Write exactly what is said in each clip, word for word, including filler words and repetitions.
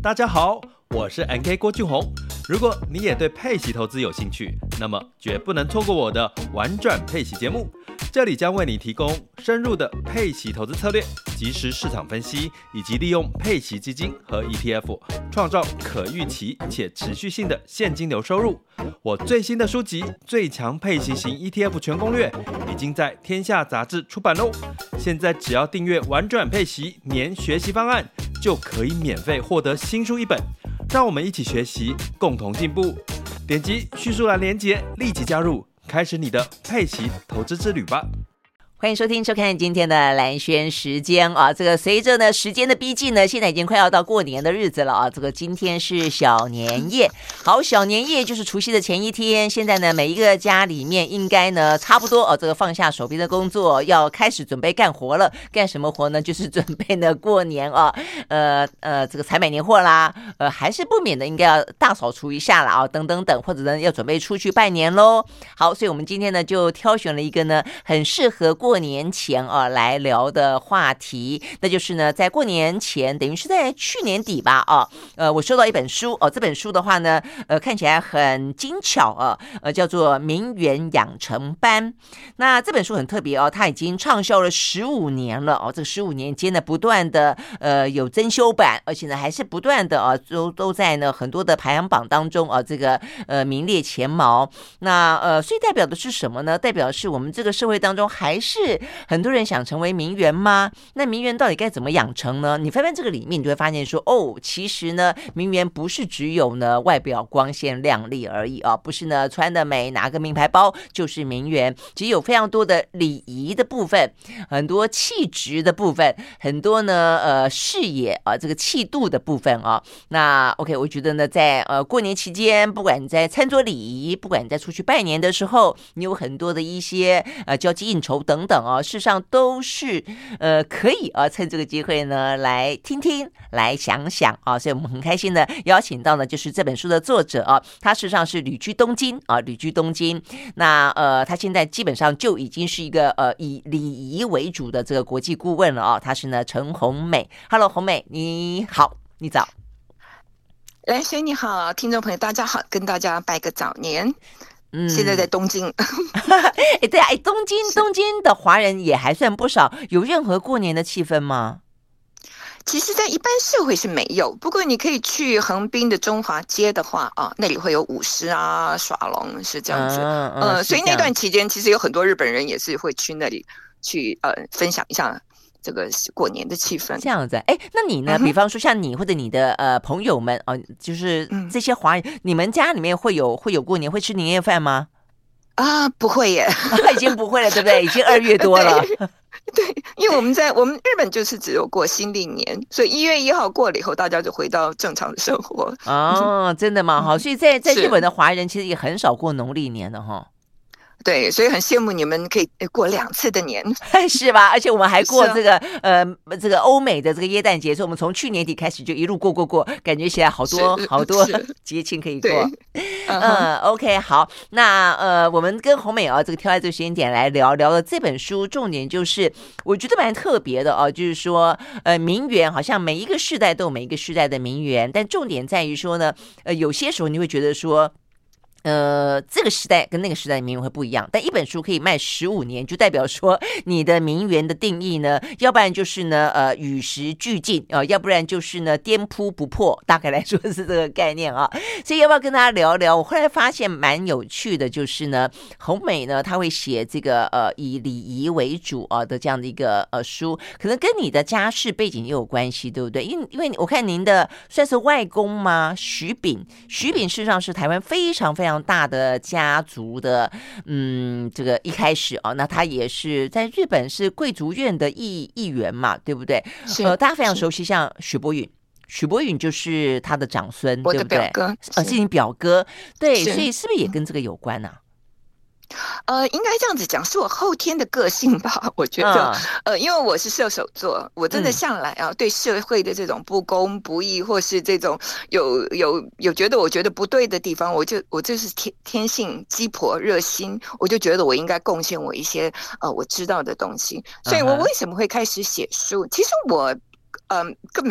大家好，我是 N K 郭俊宏。如果你也对配息投资有兴趣，那么绝不能错过我的玩转配息节目。这里将为你提供深入的配息投资策略、即时市场分析，以及利用配息基金和 E T F 创造可预期且持续性的现金流收入。我最新的书籍《最强配息型 E T F 全攻略》已经在天下杂志出版喽。现在只要订阅玩转配息年学习方案，就可以免费获得新书一本。让我们一起学习，共同进步。点击叙述栏连结，立即加入，开始你的配息投资之旅吧。 欢迎收听收看今天的蓝轩时间啊！这个随着呢时间的逼近呢，现在已经快要到过年的日子了啊！这个今天是小年夜，好，小年夜就是除夕的前一天。现在呢，每一个家里面应该呢差不多哦，这个放下手边的工作，要开始准备干活了。干什么活呢？就是准备呢过年啊，呃呃，这个采买年货啦，呃，还是不免的应该要大扫除一下啦啊，等等等，或者呢要准备出去拜年喽。好，所以我们今天呢就挑选了一个呢很适合过过年前啊来聊的话题，那就是呢在过年前，等于是在去年底吧啊，呃我收到一本书哦，这本书的话呢，呃看起来很精巧啊，呃叫做名媛养成班。那这本书很特别哦，它已经畅销了十五年了哦，这个十五年间呢不断的呃有增修版，而且呢还是不断的啊都都在呢很多的排行榜当中啊这个呃名列前茅。那呃所以代表的是什么呢？代表的是我们这个社会当中还是是很多人想成为名媛吗？那名媛到底该怎么养成呢？你翻翻这个里面，你就会发现说，哦，其实呢，名媛不是只有呢外表光鲜亮丽而已啊，不是呢穿的美，拿个名牌包就是名媛。其实有非常多的礼仪的部分，很多气质的部分，很多呢呃视野啊这个气度的部分啊。那 OK， 我觉得呢，在呃过年期间，不管你在餐桌礼仪，不管你在出去拜年的时候，你有很多的一些呃交际应酬等。等啊，事实上都是呃可以啊，趁这个机会呢来听听，来想想啊，所以我们很开心的邀请到呢就是这本书的作者啊，他事实上是旅居东京啊，旅居东京。那呃，他现在基本上就已经是一个呃以礼仪为主的这个国际顾问了啊，他是呢陈红美。Hello， 红美，你好，你早。 蓝轩你好，听众朋友大家好，跟大家拜个早年。嗯，现在在东京。 哎，对啊，哎，东京东京的华人也还算不少，有任何过年的气氛吗？ 其实在一般社会是没有，不过你可以去横滨的中华街的话啊，那里会有舞狮啊、耍龙是这样子。嗯嗯、呃，所以那段期间其实有很多日本人也是会去那里去呃分享一下这个过年的气氛。 这样子，哎，那你呢？嗯、比方说像你或者你的呃朋友们啊、呃，就是这些华人、嗯，你们家里面会有会有过年会吃年夜饭吗？ 啊，不会耶， 已经不会了，对不对？已经二月多了。 对，因为我们在我们日本就是只有过新历年，所以一月一号过了以后，大家就回到正常的生活。 哦，真的吗？好，所以在在日本的华人其实也很少过农历年的哈。 对，所以很羡慕你们可以过两次的年， 是吧？而且我们还过这个、啊、呃这个欧美的这个耶诞节，所以我们从去年底开始就一路过过过，感觉起来好多好多节庆可以过。嗯、呃、，OK， 好，那呃我们跟红美啊这个挑在这个时间点来聊聊的这本书，重点就是我觉得蛮特别的啊，就是说呃名媛好像每一个世代都有每一个世代的名媛，但重点在于说呢，呃有些时候你会觉得说。呃，这个时代跟那个时代的名媛会不一样，但一本书可以卖十五年，就代表说你的名媛的定义呢，要不然就是呢，呃，与时俱进啊、呃，要不然就是呢，颠扑不破，大概来说是这个概念啊。所以要不要跟大家聊聊？我后来发现蛮有趣的，就是呢，红美呢，她会写这个呃以礼仪为主啊的这样的一个呃书，可能跟你的家世背景也有关系，对不对？因为因为我看您的算是外公吗？徐炳，徐炳事实上是台湾非常非常。非常大的家族的，嗯，这个一开始啊，那他也是在日本是贵族院的议议员嘛，对不对？呃，大家非常熟悉，像许伯允，许伯允就是他的长孙， 我的表哥， 对不对？呃，是你表哥，对，所以是不是也跟这个有关啊？ 呃，应该这样子讲，是我后天的个性吧，我觉得，嗯、呃，因为我是射手座，我真的向来啊，嗯、对社会的这种不公不义，或是这种有有有觉得我觉得不对的地方，我就我就是天天性鸡婆热心，我就觉得我应该贡献我一些呃我知道的东西，所以我为什么会开始写书？其实我。嗯，根本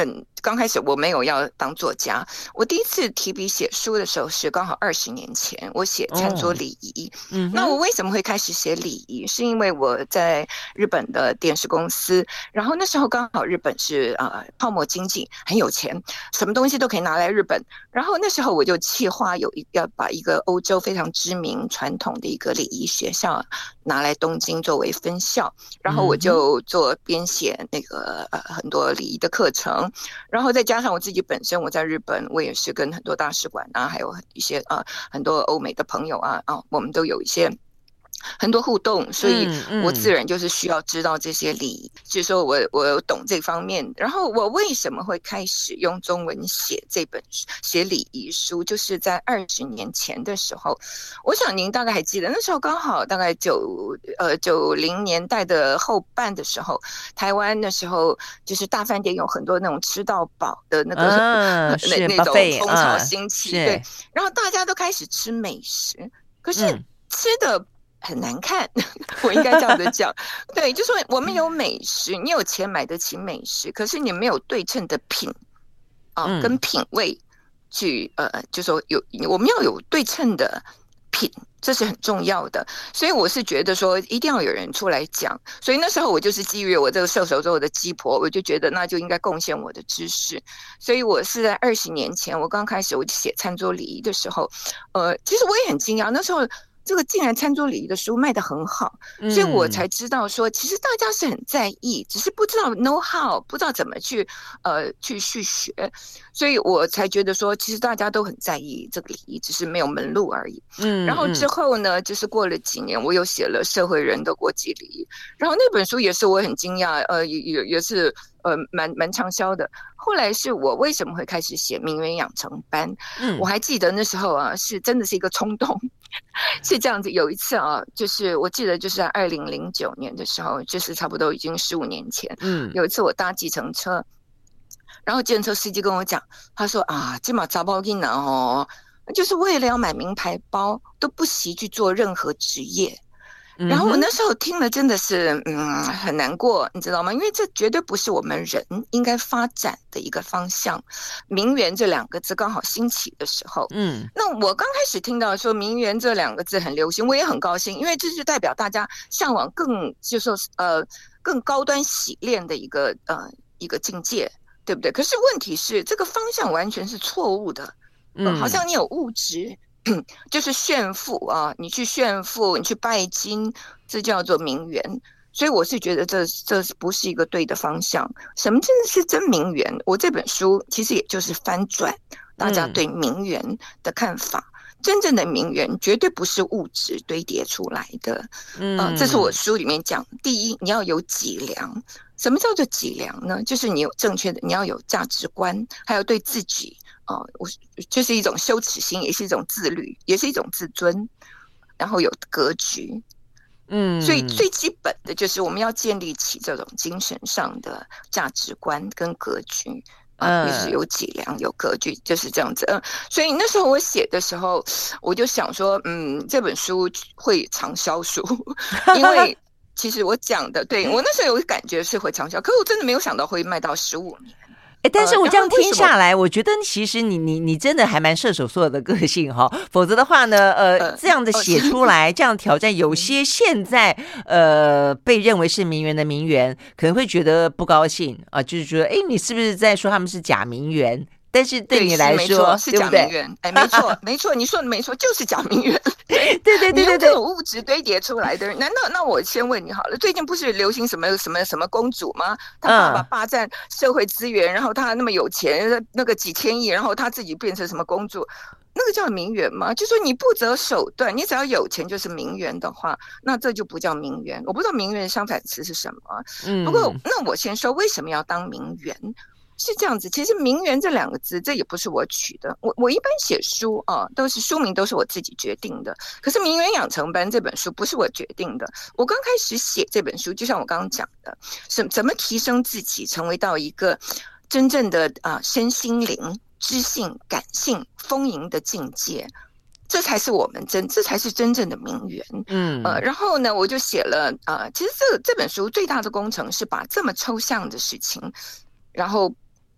刚开始我没有要当作家，我第一次提笔写书的时候是刚好二十年前，我写餐桌礼仪。哦嗯、那我为什么会开始写礼仪？是因为我在日本的电视公司，然后那时候刚好日本是呃泡沫经济，很有钱，什么东西都可以拿来日本。然后那时候我就企划有一要把一个欧洲非常知名传统的一个礼仪学校拿来东京作为分校，然后我就做编写那个呃很多礼仪的课程。然后再加上我自己本身，我在日本，我也是跟很多大使馆啊，还有一些呃很多欧美的朋友啊啊，我们都有一些很多互动，所以我自然就是需要知道这些礼仪，就是说我我懂这方面。然后我为什么会开始用中文写这本写礼仪书，就是在二十年前的时候，我想您大概还记得，那时候刚好大概九呃九零年代的后半的时候，台湾那时候就是大饭店有很多那种吃到饱的那个、啊、那, 那种风潮兴起、啊、对，然后大家都开始吃美食，可是吃的、嗯很难看，我应该这样子讲。对，就说我们有美食，你有钱买得起美食，可是你没有对称的品啊、呃、跟品味去呃，就说有我们要有对称的品，这是很重要的。所以我是觉得说一定要有人出来讲。所以那时候我就是基于我这个射手座的鸡婆，我就觉得那就应该贡献我的知识。所以我是在二十年前，我刚开始我写餐桌礼仪的时候，呃，其实我也很惊讶，那时候。这个竟然餐桌礼仪的书卖得很好，所以我才知道说，其实大家是很在意，只是不知道 know how， 不知道怎么去呃去去学，所以我才觉得说，其实大家都很在意这个礼仪，只是没有门路而已。嗯，然后之后呢，就是过了几年，我又写了《社会人的国际礼仪》，然后那本书也是我很惊讶，呃，也也是。呃，蛮蛮畅销的。后来是我为什么会开始写名媛养成班？嗯，我还记得那时候啊，是真的是一个冲动，是这样子。有一次啊，就是我记得就是在二零零九年的时候，就是差不多已经十五年前。嗯，有一次我搭计程车，然后计程车司机跟我讲，他说啊，这嘛杂包给拿哦，就是为了要买名牌包，都不惜去做任何职业。然后我那时候听了真的是嗯很难过，你知道吗？因为这绝对不是我们人应该发展的一个方向。名媛这两个字刚好兴起的时候，嗯，那我刚开始听到说名媛这两个字很流行，我也很高兴，因为这是代表大家向往更就是呃更高端洗练的一个呃一个境界，对不对？可是问题是这个方向完全是错误的，嗯，好像你有物质。就是炫富啊！你去炫富，你去拜金，这叫做名媛。所以我是觉得这这不是一个对的方向。什么真的是真名媛？我这本书其实也就是翻转大家对名媛的看法。嗯、真正的名媛绝对不是物质堆叠出来的。嗯、呃，这是我书里面讲。第一，你要有脊梁。什么叫做脊梁呢？就是你有正确的，你要有价值观，还有对自己。哦，我就是一种羞耻心，也是一种自律，也是一种自尊，然后有格局，嗯，所以最基本的就是我们要建立起这种精神上的价值观跟格局啊，也是有脊梁、有格局，就是这样子。嗯，所以那时候我写的时候，我就想说，嗯，这本书会畅销书，因为其实我讲的，对我那时候有感觉是会畅销，可是我真的没有想到会卖到十五年。 哎，但是我这样听下来，我觉得其实你你你真的还蛮射手座的个性哈、哦，否则的话呢，呃，这样的写出来，这样挑战，有些现在呃被认为是名媛的名媛，可能会觉得不高兴啊、呃，就是觉得，哎，你是不是在说他们是假名媛？但是对你来说， 是假名媛，哎，没错，没错，你说的没错，就是假名媛。 对对对对对， 这种物质堆叠出来的人，难道那我先问你好了，最近不是流行什么什么什么公主吗？她爸爸霸占社会资源，嗯、然后她那么有钱，那个几千亿，然后她自己变成什么公主？那个叫名媛吗？就说你不择手段，你只要有钱就是名媛的话，那这就不叫名媛。我不知道名媛的相反词是什么。嗯，不过那我先说为什么要当名媛。是这样子，其实名媛这两个字，这也不是我取的。我我一般写书啊，都是书名都是我自己决定的。可是名媛养成班这本书不是我决定的。我刚开始写这本书，就像我刚刚讲的，是怎么提升自己，成为到一个真正的啊、呃、身心灵、知性、感性、丰盈的境界。这才是我们真，这才是真正的名媛。嗯，呃，然后呢，我就写了啊、呃，其实这这本书最大的工程是把这么抽象的事情，然后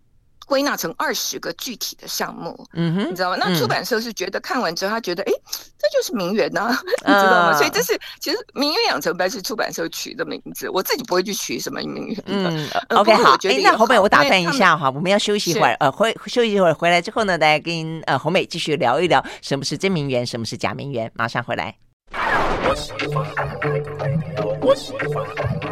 归纳成二十个具体的项目， 嗯哼， 你知道吗？那出版社是觉得看完之后，他觉得哎、嗯，这就是名媛呐、啊，你知道吗？所以这是其实名媛养成班是出版社取的名字，我自己不会去取什么名媛的。 嗯、 呃、 ，OK 好，哎，那红美我打断一下哈，我们要休息一会儿，呃，回休息一会儿回来之后呢，来跟呃红美继续聊一聊什么是真名媛，什么是假名媛，马上回来。我喜欢，我喜欢。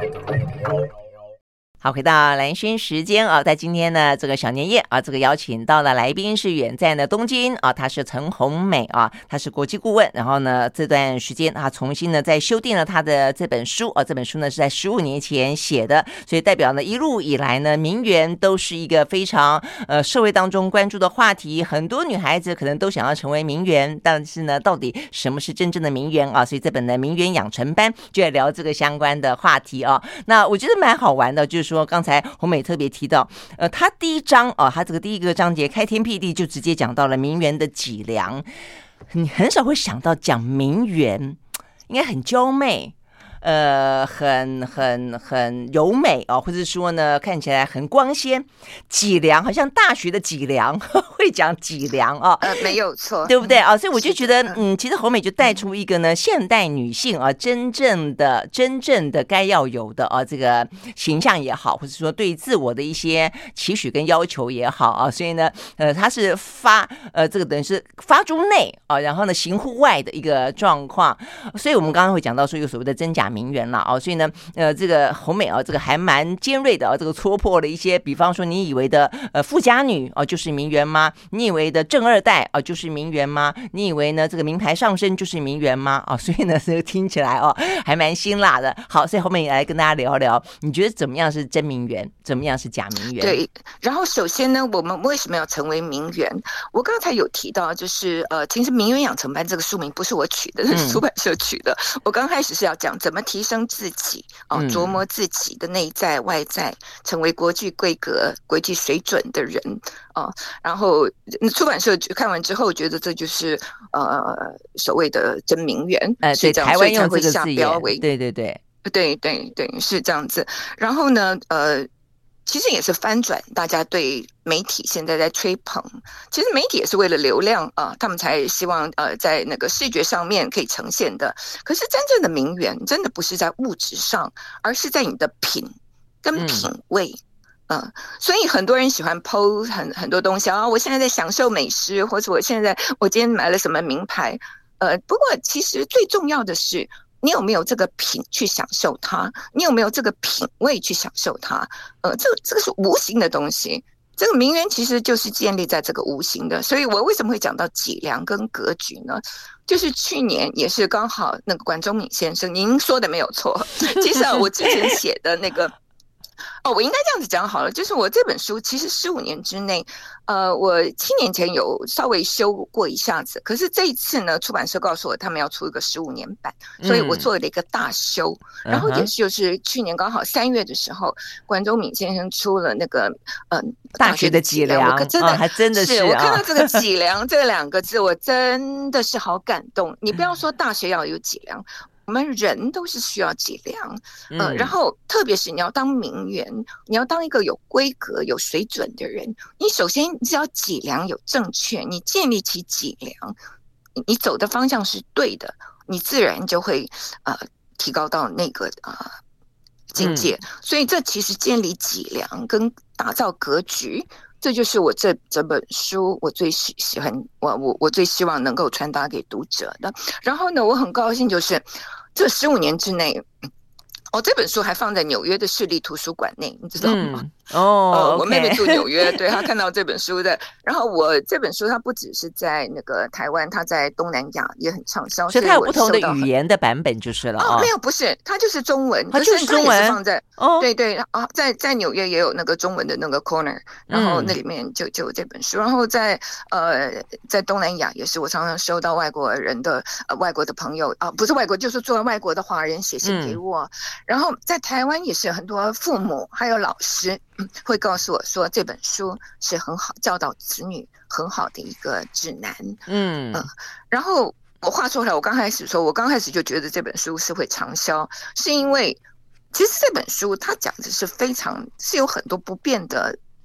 好，回到蓝轩时间啊，在今天呢，这个小年夜啊，这个邀请到的来宾是远在呢东京啊，他是陈红美啊，他是国际顾问，然后呢，这段时间他重新呢在修订了他的这本书啊，这本书呢是在十五年前写的，所以代表呢一路以来呢，名媛都是一个非常呃社会当中关注的话题，很多女孩子可能都想要成为名媛，但是呢，到底什么是真正的名媛啊？所以这本的名媛养成班就来聊这个相关的话题啊。那我觉得蛮好玩的，就是说刚才红美特别提到，呃，他第一章啊，他这个第一个章节开天辟地就直接讲到了名媛的脊梁，你很少会想到讲名媛应该很娇媚。呃，很很很柔美哦，或者说呢，看起来很光鲜。脊梁好像大学的脊梁会讲脊梁哦， 呃，没有错， 对不对啊？所以我就觉得，嗯，其实红美就带出一个呢，现代女性啊，真正的真正的该要有的啊，这个形象也好，或者说对自我的一些期许跟要求也好啊，所以呢，呃，它是发呃，这个等于是发诸内啊，然后呢，行户外的一个状况。所以我们刚刚会讲到说，有所谓的真假名媛了啊，所以呢，呃，这个红美啊，这个还蛮尖锐的啊，这个戳破了一些，比方说你以为的呃富家女啊就是名媛吗？你以为的正二代啊就是名媛吗？你以为呢这个名牌上身就是名媛吗？啊，所以呢这个听起来哦还蛮辛辣的。好，所以后面也来跟大家聊聊，你觉得怎么样是真名媛，怎么样是假名媛？ 对，然后首先呢，我们为什么要成为名媛？我刚才有提到，就是呃，其实名媛养成班这个书名不是我取的，是出版社取的。嗯、我刚开始是要讲怎么提升自己啊、呃，琢磨自己的内在外在，成为国际规格、国际水准的人啊、呃。然后出版社看完之后，觉得这就是呃所谓的真名媛， 呃，对，台湾用这个字眼，对对对， 对对对，是这样子。然后呢，呃。其实也是翻转大家对媒体现在在吹捧，其实媒体也是为了流量啊、呃，他们才希望呃在那个视觉上面可以呈现的。可是真正的名媛真的不是在物质上，而是在你的品跟品味。嗯，呃、所以很多人喜欢 po 很很多东西啊，我现在在享受美食，或者我现在我今天买了什么名牌。呃，不过其实最重要的是，你有没有这个品去享受它？你有没有这个品味去享受它？呃，这这个是无形的东西。这个名媛其实就是建立在这个无形的。所以我为什么会讲到脊梁跟格局呢？就是去年也是刚好那个管中闵先生，您说的没有错。其实啊，我之前写的那个。哦，我应该这样子讲好了，就是我这本书其实十五年之内，呃，我七年前有稍微修过一下子，可是这一次呢，出版社告诉我他们要出一个十五年版，所以我做了一个大修，嗯、然后也就是去年刚好三月的时候，管中闵先生出了那个嗯、呃、 大学的脊梁， 我真的、 哦、还真的是， 是我看到这个脊梁这两个字，我真的是好感动。你不要说大学要有脊梁。我们人都是需要脊梁，呃，然后特别是你要当名媛，你要当一个有规格、有水准的人，你首先只要脊梁有正确，你建立起脊梁，你走的方向是对的，你自然就会呃提高到那个呃境界。嗯、所以这其实建立脊梁跟打造格局。这就是我这这本书我最喜喜欢我我我最希望能够传达给读者的。然后呢，我很高兴就是这十五年之内，哦，这本书还放在纽约的市立图书馆内，你知道吗？ 嗯、哦、 呃 okay 我妹妹住纽约，对，她看到这本书的。然后我这本书它不只是在那个台湾，它在东南亚也很畅销， 所以它有不同的语言的版本就是了。 哦，哦没有，不是，它就是中文， 它就是中文， 可是放在哦， 对对啊，在在纽约也有那个中文的那个 corner， 然后那里面就就有这本书。然后在呃在东南亚也是，我常常收到外国人的呃外国的朋友啊，不是外国就是住在外国的华人写信给我。嗯、然后在台湾也是很多父母还有老师。会告诉我说这本书是很好教导子女很好的一个指南。嗯、呃、然后我话说回来，我刚开始说我刚开始就觉得这本书是会畅销，是因为其实这本书它讲的是非常是有很多不变的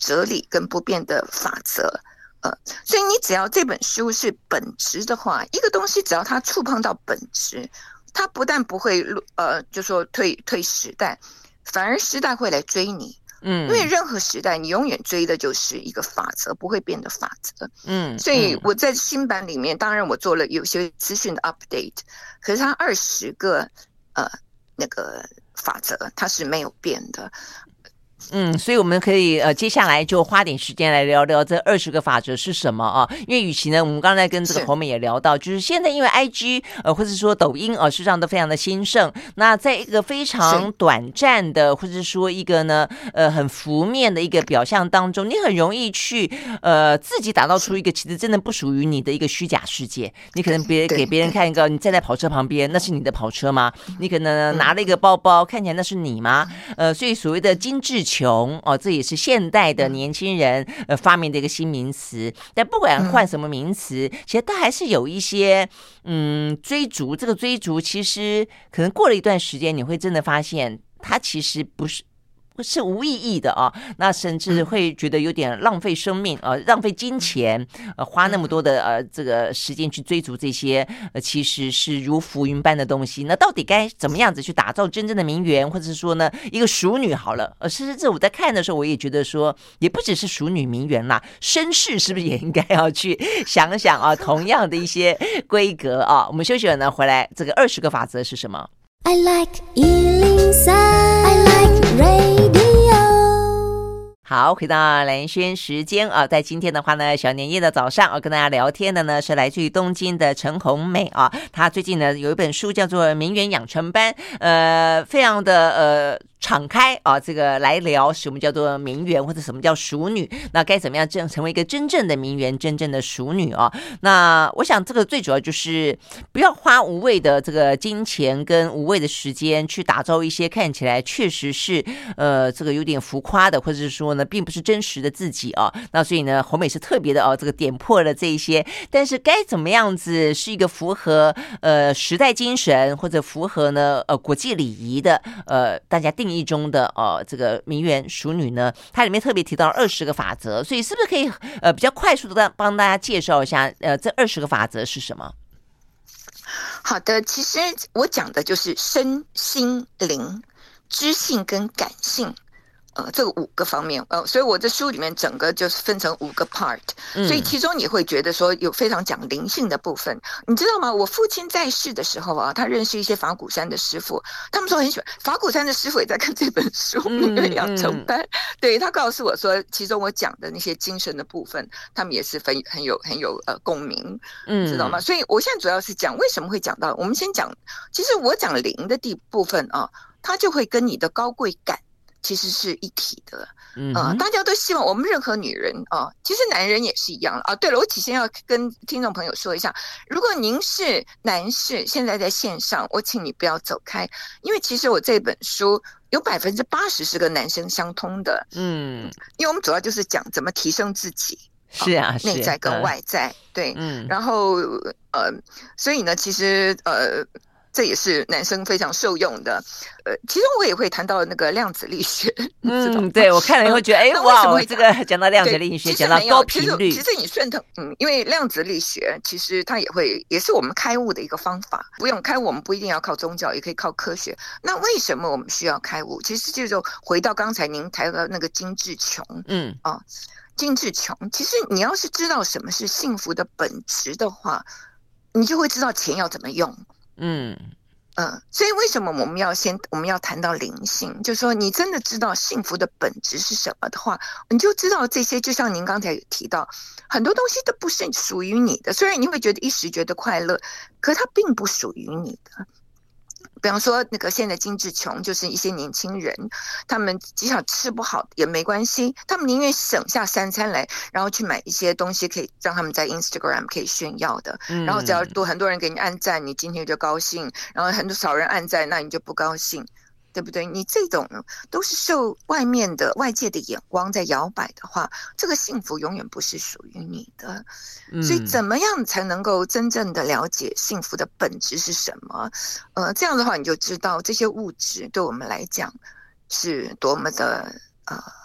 哲理跟不变的法则。呃，所以你只要这本书是本质的话，一个东西只要它触碰到本质，它不但不会呃，就说退退时代，反而时代会来追你。嗯，因为任何时代你永远追的就是一个法则，不会变的法则。嗯，所以我在新版里面，当然我做了有些资讯的 update， 可是它二十个呃那个法则它是没有变的。 嗯，所以我们可以呃，接下来就花点时间来聊聊这二十个法则是什么啊？因为与其呢，我们刚才跟这个侯美也聊到，就是现在因为 I G 呃，或者说抖音啊，事实上都非常的兴盛。那在一个非常短暂的，或者说一个呢呃很浮面的一个表象当中，你很容易去呃自己打造出一个其实真的不属于你的一个虚假世界。你可能别给别人看一个，你站在跑车旁边，那是你的跑车吗？你可能拿了一个包包，看起来那是你吗？呃，所以所谓的精致穷哦，这也是现代的年轻人呃发明的一个新名词。但不管换什么名词，其实它还是有一些嗯追逐。这个追逐其实可能过了一段时间，你会真的发现它其实不是。是无意义的啊，那甚至会觉得有点浪费生命啊，浪费金钱，呃，花那么多的呃这个时间去追逐这些呃其实是如浮云般的东西。那到底该怎么样子去打造真正的名媛，或者是说呢一个淑女好了？呃，其实这我在看的时候，我也觉得说，也不只是淑女名媛啦，绅士是不是也应该要去想想啊？同样的一些规格啊，我们休息了呢，回来这个二十个法则是什么 ？I like 一零三 I like radio。 好，回到蓝轩时间啊，在今天的话呢，小年夜的早上啊，跟大家聊天的呢是来自于东京的陈红美啊，她最近呢有一本书叫做《名媛养成班》，呃，非常的呃。敞开啊，这个来聊什么叫做名媛，或者什么叫淑女，那该怎么样成成为一个真正的名媛，真正的淑女啊？那我想这个最主要就是不要花无谓的这个金钱跟无谓的时间去打造一些看起来确实是呃这个有点浮夸的，或者是说呢并不是真实的自己啊。那所以呢，红美是特别的哦，这个点破了这一些，但是该怎么样子是一个符合呃时代精神，或者符合呢呃国际礼仪的呃大家定义意中的呃这个名媛淑女呢，它里面特别提到二十个法则，所以是不是可以呃比较快速的帮大家介绍一下呃这二十个法则是什么？ 好的，其实我讲的就是身心灵、知性跟感性。呃，这个五个方面，呃，所以我的书里面整个就是分成五个 part，、嗯、所以其中你会觉得说有非常讲灵性的部分，你知道吗？我父亲在世的时候啊，他认识一些法鼓山的师傅，他们说很喜欢法鼓山的师傅也在看这本书《名媛养成班》，对，他告诉我说，其中我讲的那些精神的部分，他们也是很很有很有呃共鸣，嗯，知道吗？所以我现在主要是讲为什么会讲到，我们先讲，其实我讲灵的地部分啊，它就会跟你的高贵感。其实是一体的，嗯、呃，大家都希望我们任何女人啊、呃，其实男人也是一样啊。对了，我起先要跟听众朋友说一下，如果您是男士，现在在线上，我请你不要走开，因为其实我这本书有百分之八十是跟男生相通的，嗯，因为我们主要就是讲怎么提升自己。 是啊， 内在跟外在，嗯、对，嗯，然后呃，所以呢，其实呃。这也是男生非常受用的，呃，其中我也会谈到那个量子力学， 嗯，对我看了以后觉得，哎、呃，哇，这个讲到量子力学，讲到高频率， 其实你顺藤，嗯，因为量子力学其实它也会，也是我们开悟的一个方法，不用开悟，我们不一定要靠宗教，也可以靠科学。那为什么我们需要开悟？其实就是回到刚才您谈到那个精致穷，嗯啊，精致穷，其实你要是知道什么是幸福的本质的话，你就会知道钱要怎么用。嗯嗯，所以为什么我们要先我们要谈到灵性？就是说，你真的知道幸福的本质是什么的话，你就知道这些。就像您刚才有提到，很多东西都不是属于你的。虽然你会觉得一时觉得快乐，可它并不属于你的。比方说，那个现在精致穷，就是一些年轻人，他们即使吃不好也没关系，他们宁愿省下三餐来，然后去买一些东西，可以让他们在 Instagram 可以炫耀的。嗯、然后只要多很多人给你按赞，你今天就高兴；然后很多少人按赞，那你就不高兴，对不对？你这种都是受外面的外界的眼光在摇摆的话，这个幸福永远不是属于你的。所以怎么样才能够真正的了解幸福的本质是什么？呃，这样的话你就知道这些物质对我们来讲是多么的呃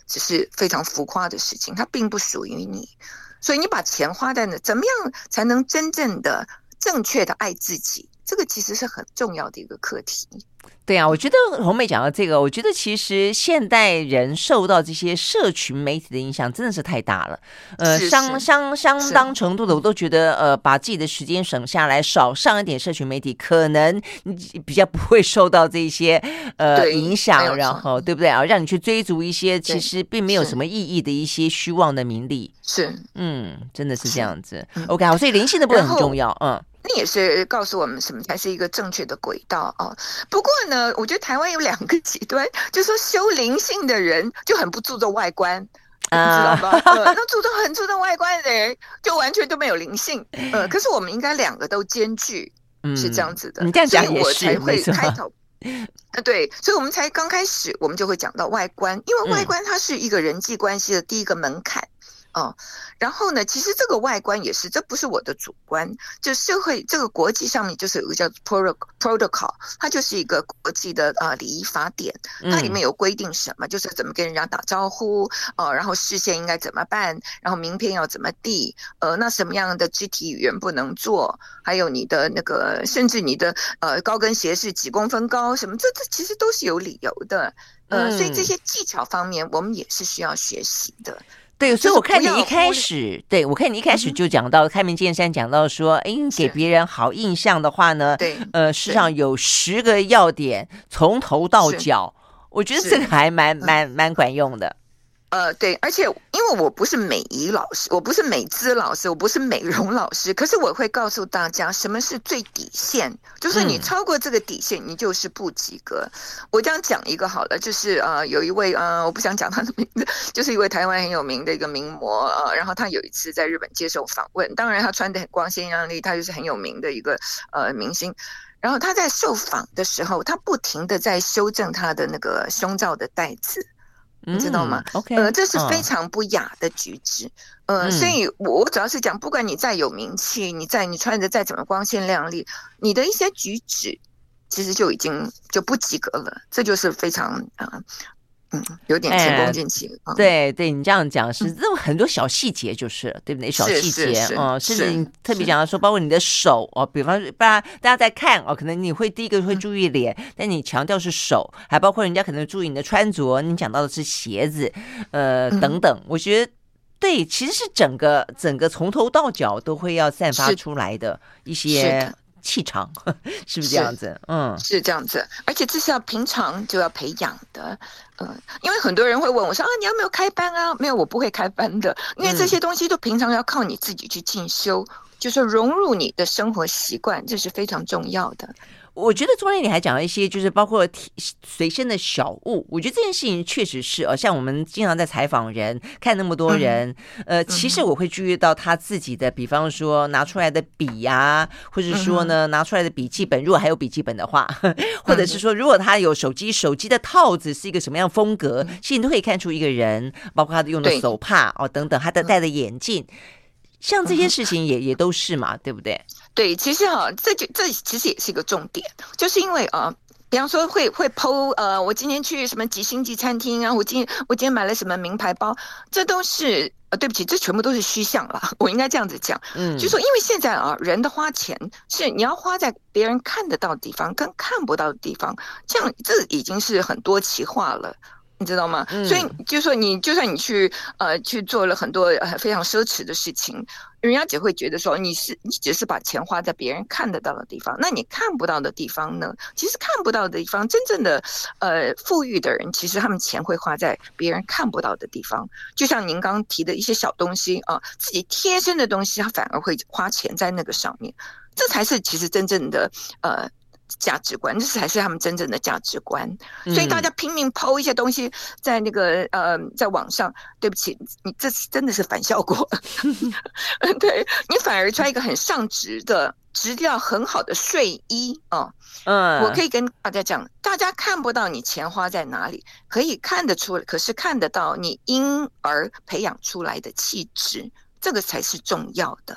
只是非常浮夸的事情，它并不属于你。所以你把钱花在那，怎么样才能真正的正确的爱自己？这个其实是很重要的一个课题。 对啊，我觉得红美讲到这个，我觉得其实现代人受到这些社群媒体的影响真的是太大了，呃，相相相当程度的，我都觉得呃，把自己的时间省下来，少上一点社群媒体，可能你比较不会受到这些呃影响，然后对不对啊？让你去追逐一些其实并没有什么意义的一些虚妄的名利， 是， 嗯，真的是这样子。OK， 好，所以灵性的部分很重要，嗯。 那也是告诉我们什么才是一个正确的轨道哦。不过呢，我觉得台湾有两个极端，就是说修灵性的人就很不注重外观，你知道吧？呃，那注重很注重外观的人就完全都没有灵性。呃，可是我们应该两个都兼具， 嗯、 是这样子的。 你这样讲也是， 所以我才会开头。呃，对，所以我们才刚开始，我们就会讲到外观，因为外观它是一个人际关系的第一个门槛。哦，然后呢，其实这个外观也是，这不是我的主观，就社会这个国际上面就是有一个叫 protocol， 它就是一个国际的呃礼仪法典，它里面有规定什么，就是怎么跟人家打招呼，呃，然后视线应该怎么办，然后名片要怎么递，呃，那什么样的肢体语言不能做，还有你的那个，甚至你的呃高跟鞋是几公分高，什么，这这其实都是有理由的，呃，所以这些技巧方面我们也是需要学习的。 对，所以我看你一开始，对我看你一开始就讲到开门见山，讲到说，哎，给别人好印象的话呢， 对， 呃，事实上有十个要点，从头到脚，我觉得这个还蛮蛮蛮管用的。 呃，对，而且因为我不是美仪老师，我不是美姿老师，我不是美容老师，可是我会告诉大家什么是最底线，就是你超过这个底线，你就是不及格。嗯、我这样讲一个好了，就是呃，有一位呃，我不想讲他的名字，就是一位台湾很有名的一个名模，呃，然后他有一次在日本接受访问，当然他穿得很光鲜亮丽，他就是很有名的一个呃明星。然后他在受访的时候，他不停的在修正他的那个胸罩的带子。你知道吗？ 嗯、OK， 呃，这是非常不雅的举止。呃，嗯、所以我我主要是讲，不管你再有名气，你在你穿着再怎么光鲜亮丽，你的一些举止其实就已经就不及格了。这就是非常啊、呃，嗯，有点前功尽弃了。 哎嗯、对对，你这样讲是这种很多小细节，就是了，对不对？小细节哦，甚至你特别讲到说，包括你的手哦，比方说，大家大家在看哦，可能你会第一个会注意脸，嗯、但你强调是手，还包括人家可能注意你的穿着，你讲到的是鞋子，呃， 嗯、 等等。我觉得对，其实是整个整个从头到脚都会要散发出来的一些气场，是不是这样子？嗯， 是这样子，而且这是要平常就要培养的。呃，因为很多人会问我说啊，你有没有开班啊？没有，我不会开班的，因为这些东西都平常要靠你自己去进修，嗯、就是融入你的生活习惯，这是非常重要的。 我觉得昨天你还讲了一些，就是包括随身的小物。我觉得这件事情确实是，呃，像我们经常在采访人，看那么多人，嗯、呃，其实我会注意到他自己的，比方说拿出来的笔呀、啊，或者说呢、嗯、拿出来的笔记本，如果还有笔记本的话，或者是说如果他有手机，手机的套子是一个什么样风格，其实你都可以看出一个人，包括他的用的手帕哦等等，他的戴的眼镜。像这些事情也、嗯、也都是嘛，对不对？ 对，其实哈、啊，这就这其实也是一个重点，就是因为啊，比方说会会 po 呃，我今天去什么几星级餐厅啊，我今天我今天买了什么名牌包，这都是呃，对不起，这全部都是虚像啦，我应该这样子讲，嗯，就说因为现在啊，人的花钱是你要花在别人看得到的地方跟看不到的地方，这样这已经是很多极化了。你知道吗？嗯、所以就说你就算你去呃去做了很多呃非常奢侈的事情，人家只会觉得说你是你只是把钱花在别人看得到的地方，那你看不到的地方呢？其实看不到的地方，真正的呃富裕的人，其实他们钱会花在别人看不到的地方。就像您刚刚提的一些小东西啊、呃，自己贴身的东西，他反而会花钱在那个上面，这才是其实真正的呃。价值观，这才是他们真正的价值观。所以大家拼命 po 一些东西在那个呃，在网上，对不起，你这真的是反效果。对，你反而穿一个很上质的、质量很好的睡衣啊。嗯，我可以跟大家讲，大家看不到你钱花在哪里，可以看得出来，可是看得到你婴儿培养出来的气质，这个才是重要的。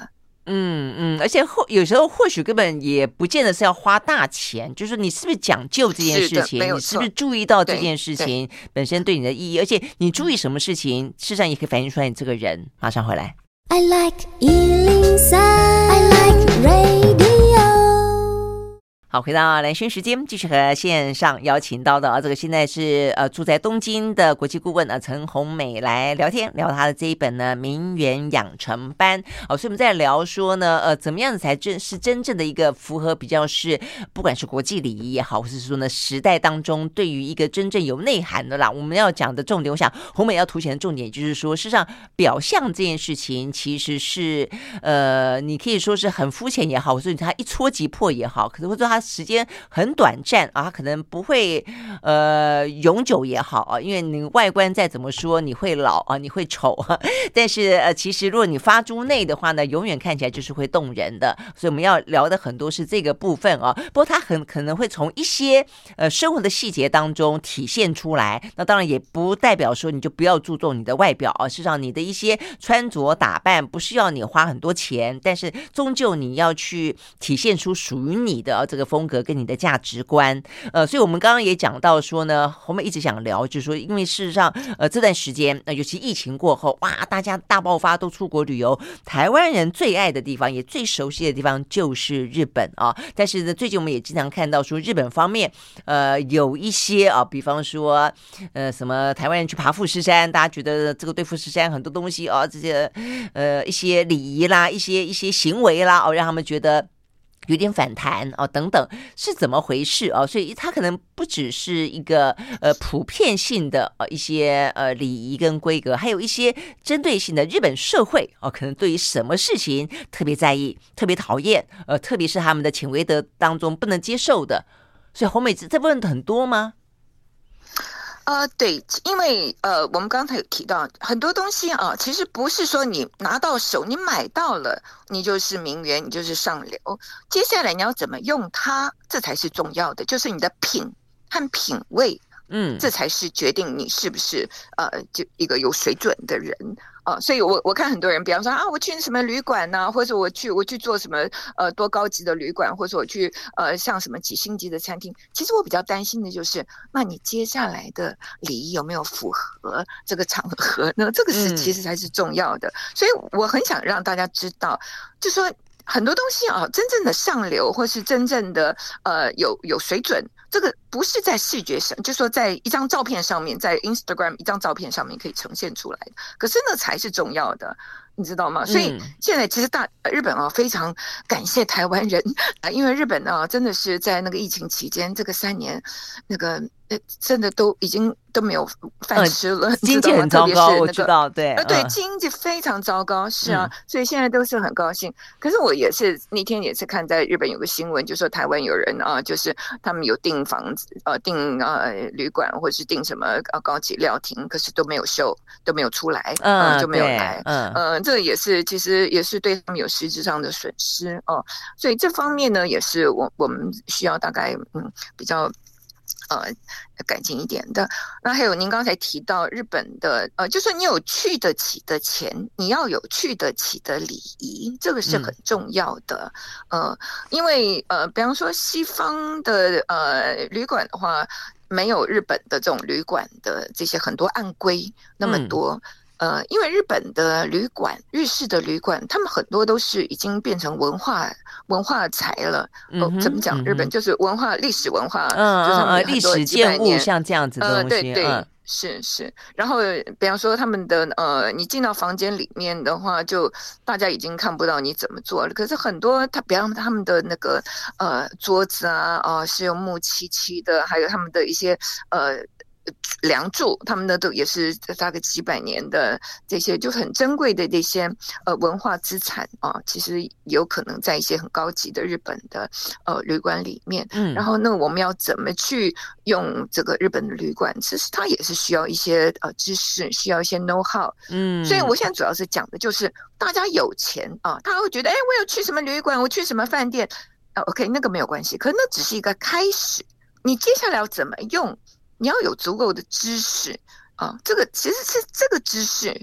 嗯嗯，而且或有时候或许根本也不见得是要花大钱，就是你是不是讲究这件事情，你是不是注意到这件事情本身对你的意义，而且你注意什么事情，事实上也可以反映出来你这个人。马上回来。 I like 一零三 I like radio。 好，回到蓝轩时间，继续和线上邀请到的啊，这个现在是呃住在东京的国际顾问啊陈宏美来聊天，聊他的这一本呢《名媛养成班》哦，所以我们在聊说呢，呃，怎么样才真是真正的一个符合比较是不管是国际礼仪也好，或是说呢时代当中对于一个真正有内涵的啦，我们要讲的重点，我想宏美要凸显的重点就是说，事实上表象这件事情其实是呃，你可以说是很肤浅也好，或者它一戳即破也好，可是或者说它时间很短暂啊，可能不会呃永久也好啊，因为你外观再怎么说你会老啊，你会丑啊，但是呃其实如果你发诸内的话呢，永远看起来就是会动人的，所以我们要聊的很多是这个部分啊。不过它很可能会从一些呃生活的细节当中体现出来，那当然也不代表说你就不要注重你的外表啊，事实上你的一些穿着打扮不需要你花很多钱，但是终究你要去体现出属于你的、啊、这个风格跟你的价值观，呃，所以我们刚刚也讲到说呢，我们一直想聊，就是说，因为事实上，呃，这段时间，呃，尤其疫情过后，哇，大家大爆发都出国旅游，台湾人最爱的地方，也最熟悉的地方就是日本啊。但是呢，最近我们也经常看到说，日本方面，呃，有一些啊，比方说，呃，什么台湾人去爬富士山，大家觉得这个对富士山很多东西啊，这些呃一些礼仪啦，一些一些行为啦，哦，让他们觉得有点反弹哦，等等，是怎么回事哦？所以它可能不只是一个呃普遍性的呃一些呃礼仪跟规格，还有一些针对性的日本社会哦，可能对于什么事情特别在意、特别讨厌，呃，特别是他们的潜规则当中不能接受的。所以宏美这部分很多吗？ 呃，对，因为呃，我们刚才有提到很多东西啊，其实不是说你拿到手，你买到了，你就是名媛，你就是上流。接下来你要怎么用它，这才是重要的，就是你的品和品味，嗯，这才是决定你是不是呃，就一个有水准的人。啊，所以我我看很多人，比方说啊，我去什么旅馆呐、啊，或者我去我去做什么呃多高级的旅馆，或者我去呃像什么几星级的餐厅。其实我比较担心的就是，那你接下来的礼仪有没有符合这个场合呢？这个是其实才是重要的。嗯、所以我很想让大家知道，就说很多东西啊，真正的上流或是真正的呃有有水准。这个不是在视觉上，就说在一张照片上面，在 Instagram 一张照片上面可以呈现出来的，可是那才是重要的，你知道吗？所以现在其实大日本啊，非常感谢台湾人啊，因为日本啊，真的是在那个疫情期间，这个三年，那个呃，真的都已经都没有饭吃了，嗯、 经济很糟糕，那个、我知道，对， 呃，对，经济非常糟糕，是啊，嗯、所以现在都是很高兴。可是我也是那天也是看在日本有个新闻，就说台湾有人啊，就是他们有订房子，呃，订呃旅馆或者是订什么呃高级料亭，可是都没有秀，都没有出来，嗯、呃，就没有来，嗯，呃，这个也是其实也是对他们有实质上的损失哦、呃，所以这方面呢，也是我我们需要大概嗯比较。呃，改进一点的。那还有您刚才提到日本的，呃，就说你有去得起的钱，你要有去得起的礼仪，这个是很重要的。嗯、呃，因为呃，比方说西方的呃旅馆的话，没有日本的这种旅馆的这些很多暗规那么多。嗯呃，因为日本的旅馆，日式的旅馆，他们很多都是已经变成文化文化财了。嗯、呃，怎么讲？日本就是文化历史文化， 嗯就是嗯历史建物像这样子的东西。 呃、对对。嗯是是，然后比方说他们的呃，你进到房间里面的话，就大家已经看不到你怎么做了。可是很多他，比方他们的那个呃桌子啊，哦、呃、是用木漆漆的，还有他们的一些呃。梁柱，他们呢都也是大概几百年的这些就很珍贵的这些呃文化资产啊，其实有可能在一些很高级的日本的呃旅馆里面。嗯，然后呢，我们要怎么去用这个日本的旅馆？其实它也是需要一些呃知识，需要一些 know how。嗯，所以我现在主要是讲的就是大家有钱啊，他会觉得哎，我有去什么旅馆，我去什么饭店啊 ，OK， 那个没有关系，可那只是一个开始，你接下来要怎么用？你要有足够的知识啊，这个其实是这个知识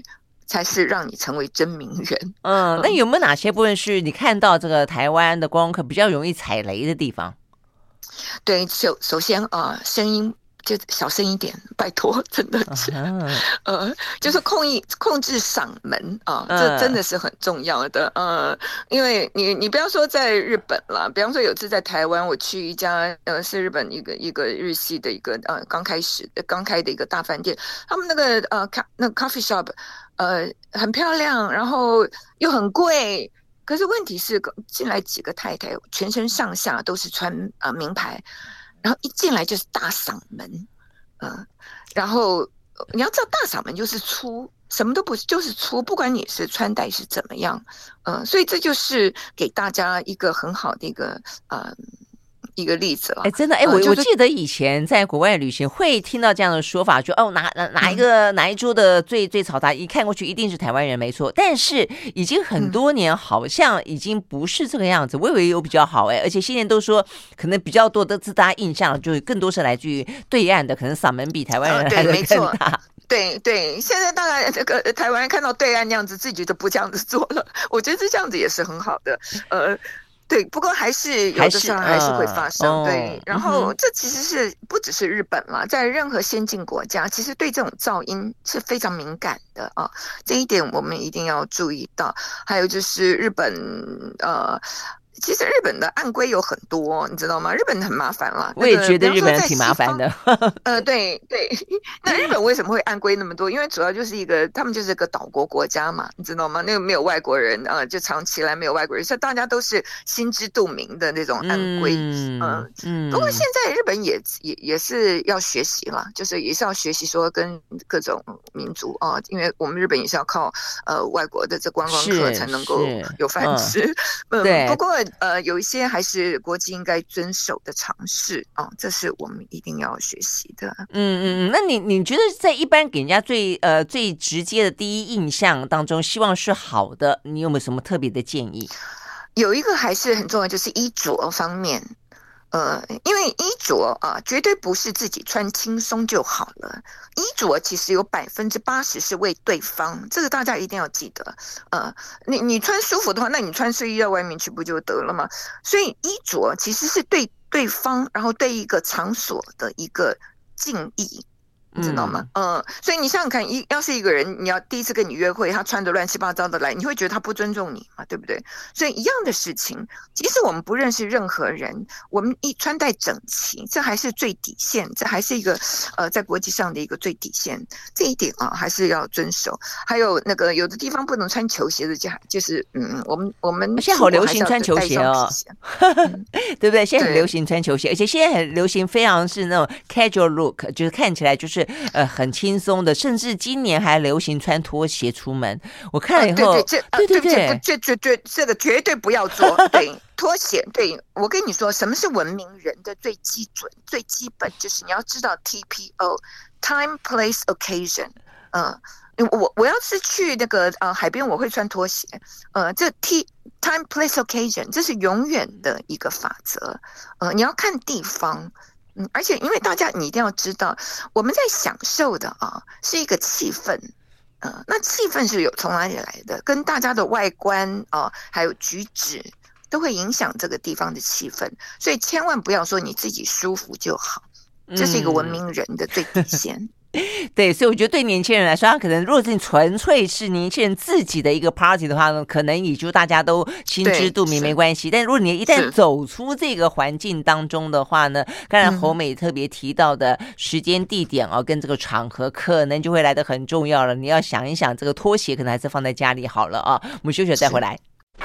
才是让你成为真名人。 嗯，那有没有哪些部分是你看到这个台湾的观光客比较容易踩雷的地方？ 对，首首先啊、呃，声音就小声一点，拜托，真的是，uh-huh. 呃，就是控制控制嗓门啊、呃，这真的是很重要的。呃，因为你你不要说在日本啦，比方说有次在台湾，我去一家呃是日本一个一个日系的一个呃刚开始刚开的一个大饭店，他们那个呃咖那个 coffee shop 呃很漂亮，然后又很贵。可是问题是，进来几个太太，全身上下都是穿呃名牌，然后一进来就是大嗓门，嗯、呃，然后你要知道大嗓门就是粗，什么都不是，就是粗，不管你是穿戴是怎么样，嗯、呃，所以这就是给大家一个很好的一个呃。一个例子了， 哎，真的，哎，我、呃就是、我记得以前在国外旅行会听到这样的说法，就哦，哪哪哪一个、嗯、哪一桌的最最嘈杂，一看过去一定是台湾人，没错。但是已经很多年，好像已经不是这个样子。嗯、我以为有比较好，哎，而且现在都说，可能比较多的自大家印象，就更多是来自于对岸的，可能嗓门比台湾人还更大。 啊、对对，现在当然这个台湾人看到对岸那样子，自己就不这样子做了。我觉得这样子也是很好的，呃。对，不过还是有的时候还是会发生。呃、对，然后这其实是不只是日本啦，在任何先进国家，其实对这种噪音是非常敏感的啊，这一点我们一定要注意到。还有就是日本呃。其实日本的暗规有很多，你知道吗？日本很麻烦啦。 我也觉得日本人挺麻烦的。 呃，对对。那日本为什么会暗规那么多？因为主要就是一个，他们就是个岛国国家嘛，你知道吗？那个没有外国人啊、呃，就长期来没有外国人，所以大家都是心知肚明的那种暗规。嗯、呃、嗯。不过现在日本也也也是要学习啦，就是也是要学习说跟各种民族啊、呃，因为我们日本也是要靠呃外国的这观光客才能够有饭吃。嗯， 对。 不过。呃，有一些还是国际应该遵守的常识啊、哦，这是我们一定要学习的。 嗯嗯嗯，那你你觉得在一般给人家最呃最直接的第一印象当中，希望是好的，你有没有什么特别的建议？ 有一个还是很重要，就是衣着方面。呃，因为衣着啊，绝对不是自己穿轻松就好了。衣着其实有百分之八十是为对方，这个大家一定要记得。呃，你你穿舒服的话，那你穿睡衣到外面去不就得了吗？所以衣着其实是对对方，然后对一个场所的一个敬意。你知道吗？嗯、呃，所以你想想看，一要是一个人，你要第一次跟你约会，他穿得乱七八糟的来，你会觉得他不尊重你嘛，对不对？所以一样的事情，即使我们不认识任何人，我们一穿戴整齐，这还是最底线，这还是一个呃，在国际上的一个最底线，这一点啊，还是要遵守。还有那个有的地方不能穿球鞋的，就就是嗯，我们我们现在好流行穿球鞋哦，嗯、对不对？现在很流行穿球鞋，而且现在很流行非常是那种 casual look， 就是看起来就是。呃，很轻松的，甚至今年还流行穿拖鞋出门。我看了以后， 啊、对对，这、啊、 对对对， 这绝绝这个绝对不要做。对，拖鞋，对我跟你说，什么是文明人的最基准、最基本，就是你要知道 T P O，time, place, occasion。嗯，我我要是去那个呃海边，我会穿拖鞋。呃，这 T time, place, occasion， 这是永远的一个法则。呃，你要看地方。嗯，而且因为大家你一定要知道，我们在享受的啊是一个气氛，呃，那气氛是有从哪里来的？跟大家的外观啊，还有举止都会影响这个地方的气氛，所以千万不要说你自己舒服就好，这是一个文明人的最底线。嗯对，所以我觉得对年轻人来说，他可能如果是你纯粹是年轻人自己的一个 party 的话呢，可能也就大家都心知肚明没关系。但如果你一旦走出这个环境当中的话呢，刚才侯美特别提到的时间、地点哦，跟这个场合可能就会来得很重要了。你要想一想，这个拖鞋可能还是放在家里好了啊。我们休息再回来。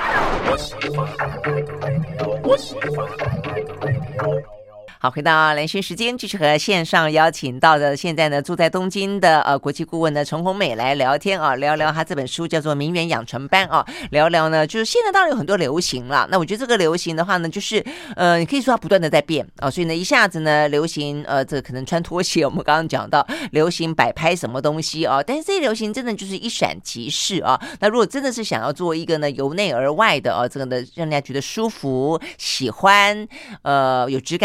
好，回到蓝轩时间，继续和线上邀请到的现在呢住在东京的呃国际顾问呢陈宏美来聊天啊，聊聊他这本书叫做《名媛养成班》啊，聊聊呢就是现在当然有很多流行了，那我觉得这个流行的话呢，就是呃你可以说它不断的在变啊，所以呢一下子呢流行呃这个可能穿拖鞋，我们刚刚讲到流行摆拍什么东西啊，但是这些流行真的就是一闪即逝啊。那如果真的是想要做一个呢由内而外的啊，这个呢让人家觉得舒服、喜欢、呃有质感的人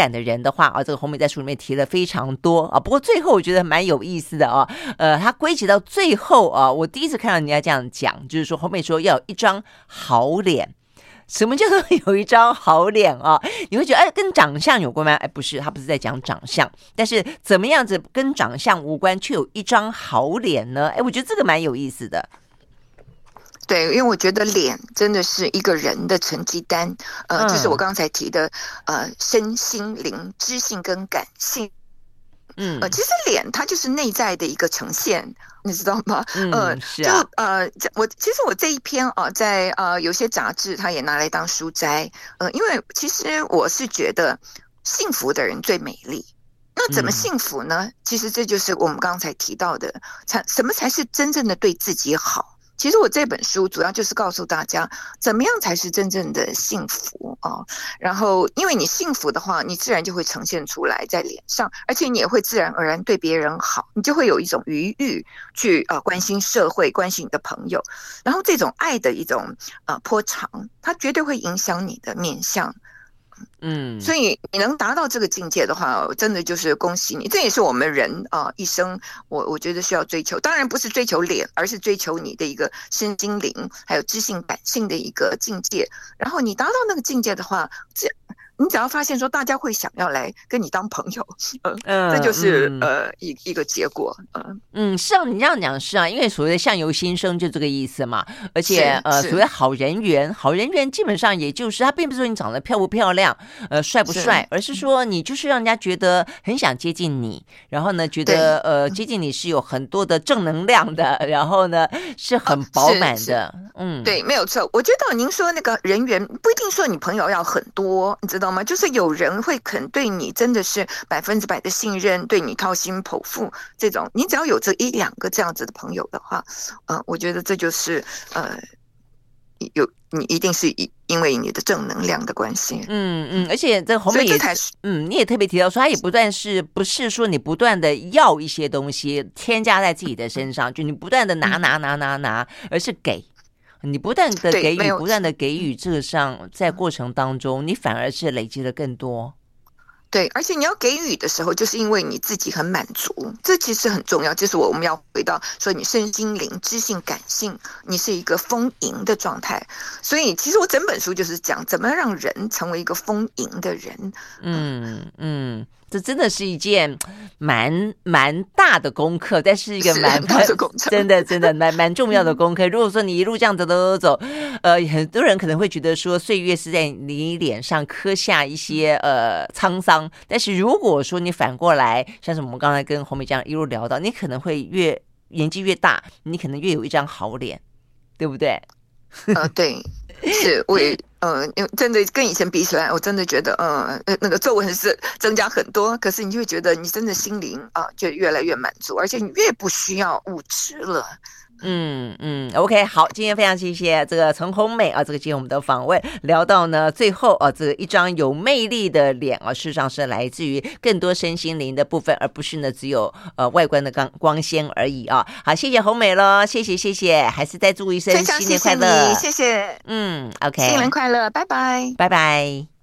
的话啊，这个红美在书里面提了非常多啊。不过最后我觉得蛮有意思的啊，呃，他归结到最后啊，我第一次看到人家这样讲，就是说红美说要有一张好脸。什么叫做有一张好脸啊？你会觉得哎，跟长相有关吗？哎，不是，他不是在讲长相，但是怎么样子跟长相无关，却有一张好脸呢？哎，我觉得这个蛮有意思的。 对，因为我觉得脸真的是一个人的成绩单，呃，嗯、就是我刚才提的，呃，身心灵、知性跟感性。嗯，呃，其实脸它就是内在的一个呈现，你知道吗？ 嗯，呃、是啊。 就呃，我其实我这一篇啊、呃，在呃有些杂志它也拿来当书摘，呃，因为其实我是觉得幸福的人最美丽。那怎么幸福呢？嗯、其实这就是我们刚才提到的，才什么才是真正的对自己好。其实我这本书主要就是告诉大家，怎么样才是真正的幸福啊？然后，因为你幸福的话，你自然就会呈现出来在脸上，而且你也会自然而然对别人好，你就会有一种余裕去呃关心社会，关心你的朋友。然后这种爱的一种呃波长，它绝对会影响你的面相。嗯，所以你能达到这个境界的话，真的就是恭喜你。这也是我们人啊、呃、一生，我我觉得需要追求。当然不是追求脸，而是追求你的一个身心灵，还有知性感性的一个境界。然后你达到那个境界的话，这你只要发现说大家会想要来跟你当朋友，呃，嗯、这就是、嗯、呃一一个结果。呃、 嗯，是啊，你这样讲是啊，因为所谓的相由心生就这个意思嘛。而且呃，所谓好人缘，好人缘基本上也就是他并不是说你长得漂不漂亮，呃，帅不帅，而是说你就是让人家觉得很想接近你，然后呢，觉得呃接近你是有很多的正能量的，然后呢是很饱满的。嗯， 对，没有错。我觉得您说那个人缘不一定说你朋友要很多，你知道吗？就是有人会肯对你真的是百分之百的信任，对你掏心剖腹，这种你只要有这一两个这样子的朋友的话，呃，我觉得这就是呃有你一定是因为你的正能量的关系。 嗯嗯，而且这红美也嗯，你也特别提到说，他也不断是不是说你不断的要一些东西添加在自己的身上，就你不断的拿拿拿拿拿，而是给。你不断的给予，不断的给予，这个上在过程当中，你反而是累积的更多。 对，而且你要给予的时候，就是因为你自己很满足，这其实很重要。这是我们要回到说，你身心灵、知性、感性，你是一个丰盈的状态。所以，其实我整本书就是讲怎么让人成为一个丰盈的人。 嗯嗯。这真的是一件蛮蛮大的功课，但是一个蛮大的功课， 真的真的蛮蛮重要的功课。如果说你一路这样走走走，呃，很多人可能会觉得说岁月是在你脸上刻下一些呃沧桑，但是如果说你反过来，像是我们刚才跟红美这样一路聊到，你可能会越年纪越大，你可能越有一张好脸，对不对？ 呃，对，是我也。嗯，真的跟以前比起来，我真的觉得，嗯，那个皱纹是增加很多。可是你就会觉得，你真的心灵啊，就越来越满足，而且你越不需要物质了。 嗯嗯 ，OK， 好，今天非常谢谢这个陈红美啊，这个今天我们的访问聊到呢，最后啊，这个一张有魅力的脸啊，事实上是来自于更多身心灵的部分，而不是呢只有呃外观的光光鲜而已啊。好，谢谢红美咯，谢谢谢谢，还是再祝一声新年快乐， 谢谢， 嗯 ，OK， 新年快乐，拜拜， 拜拜。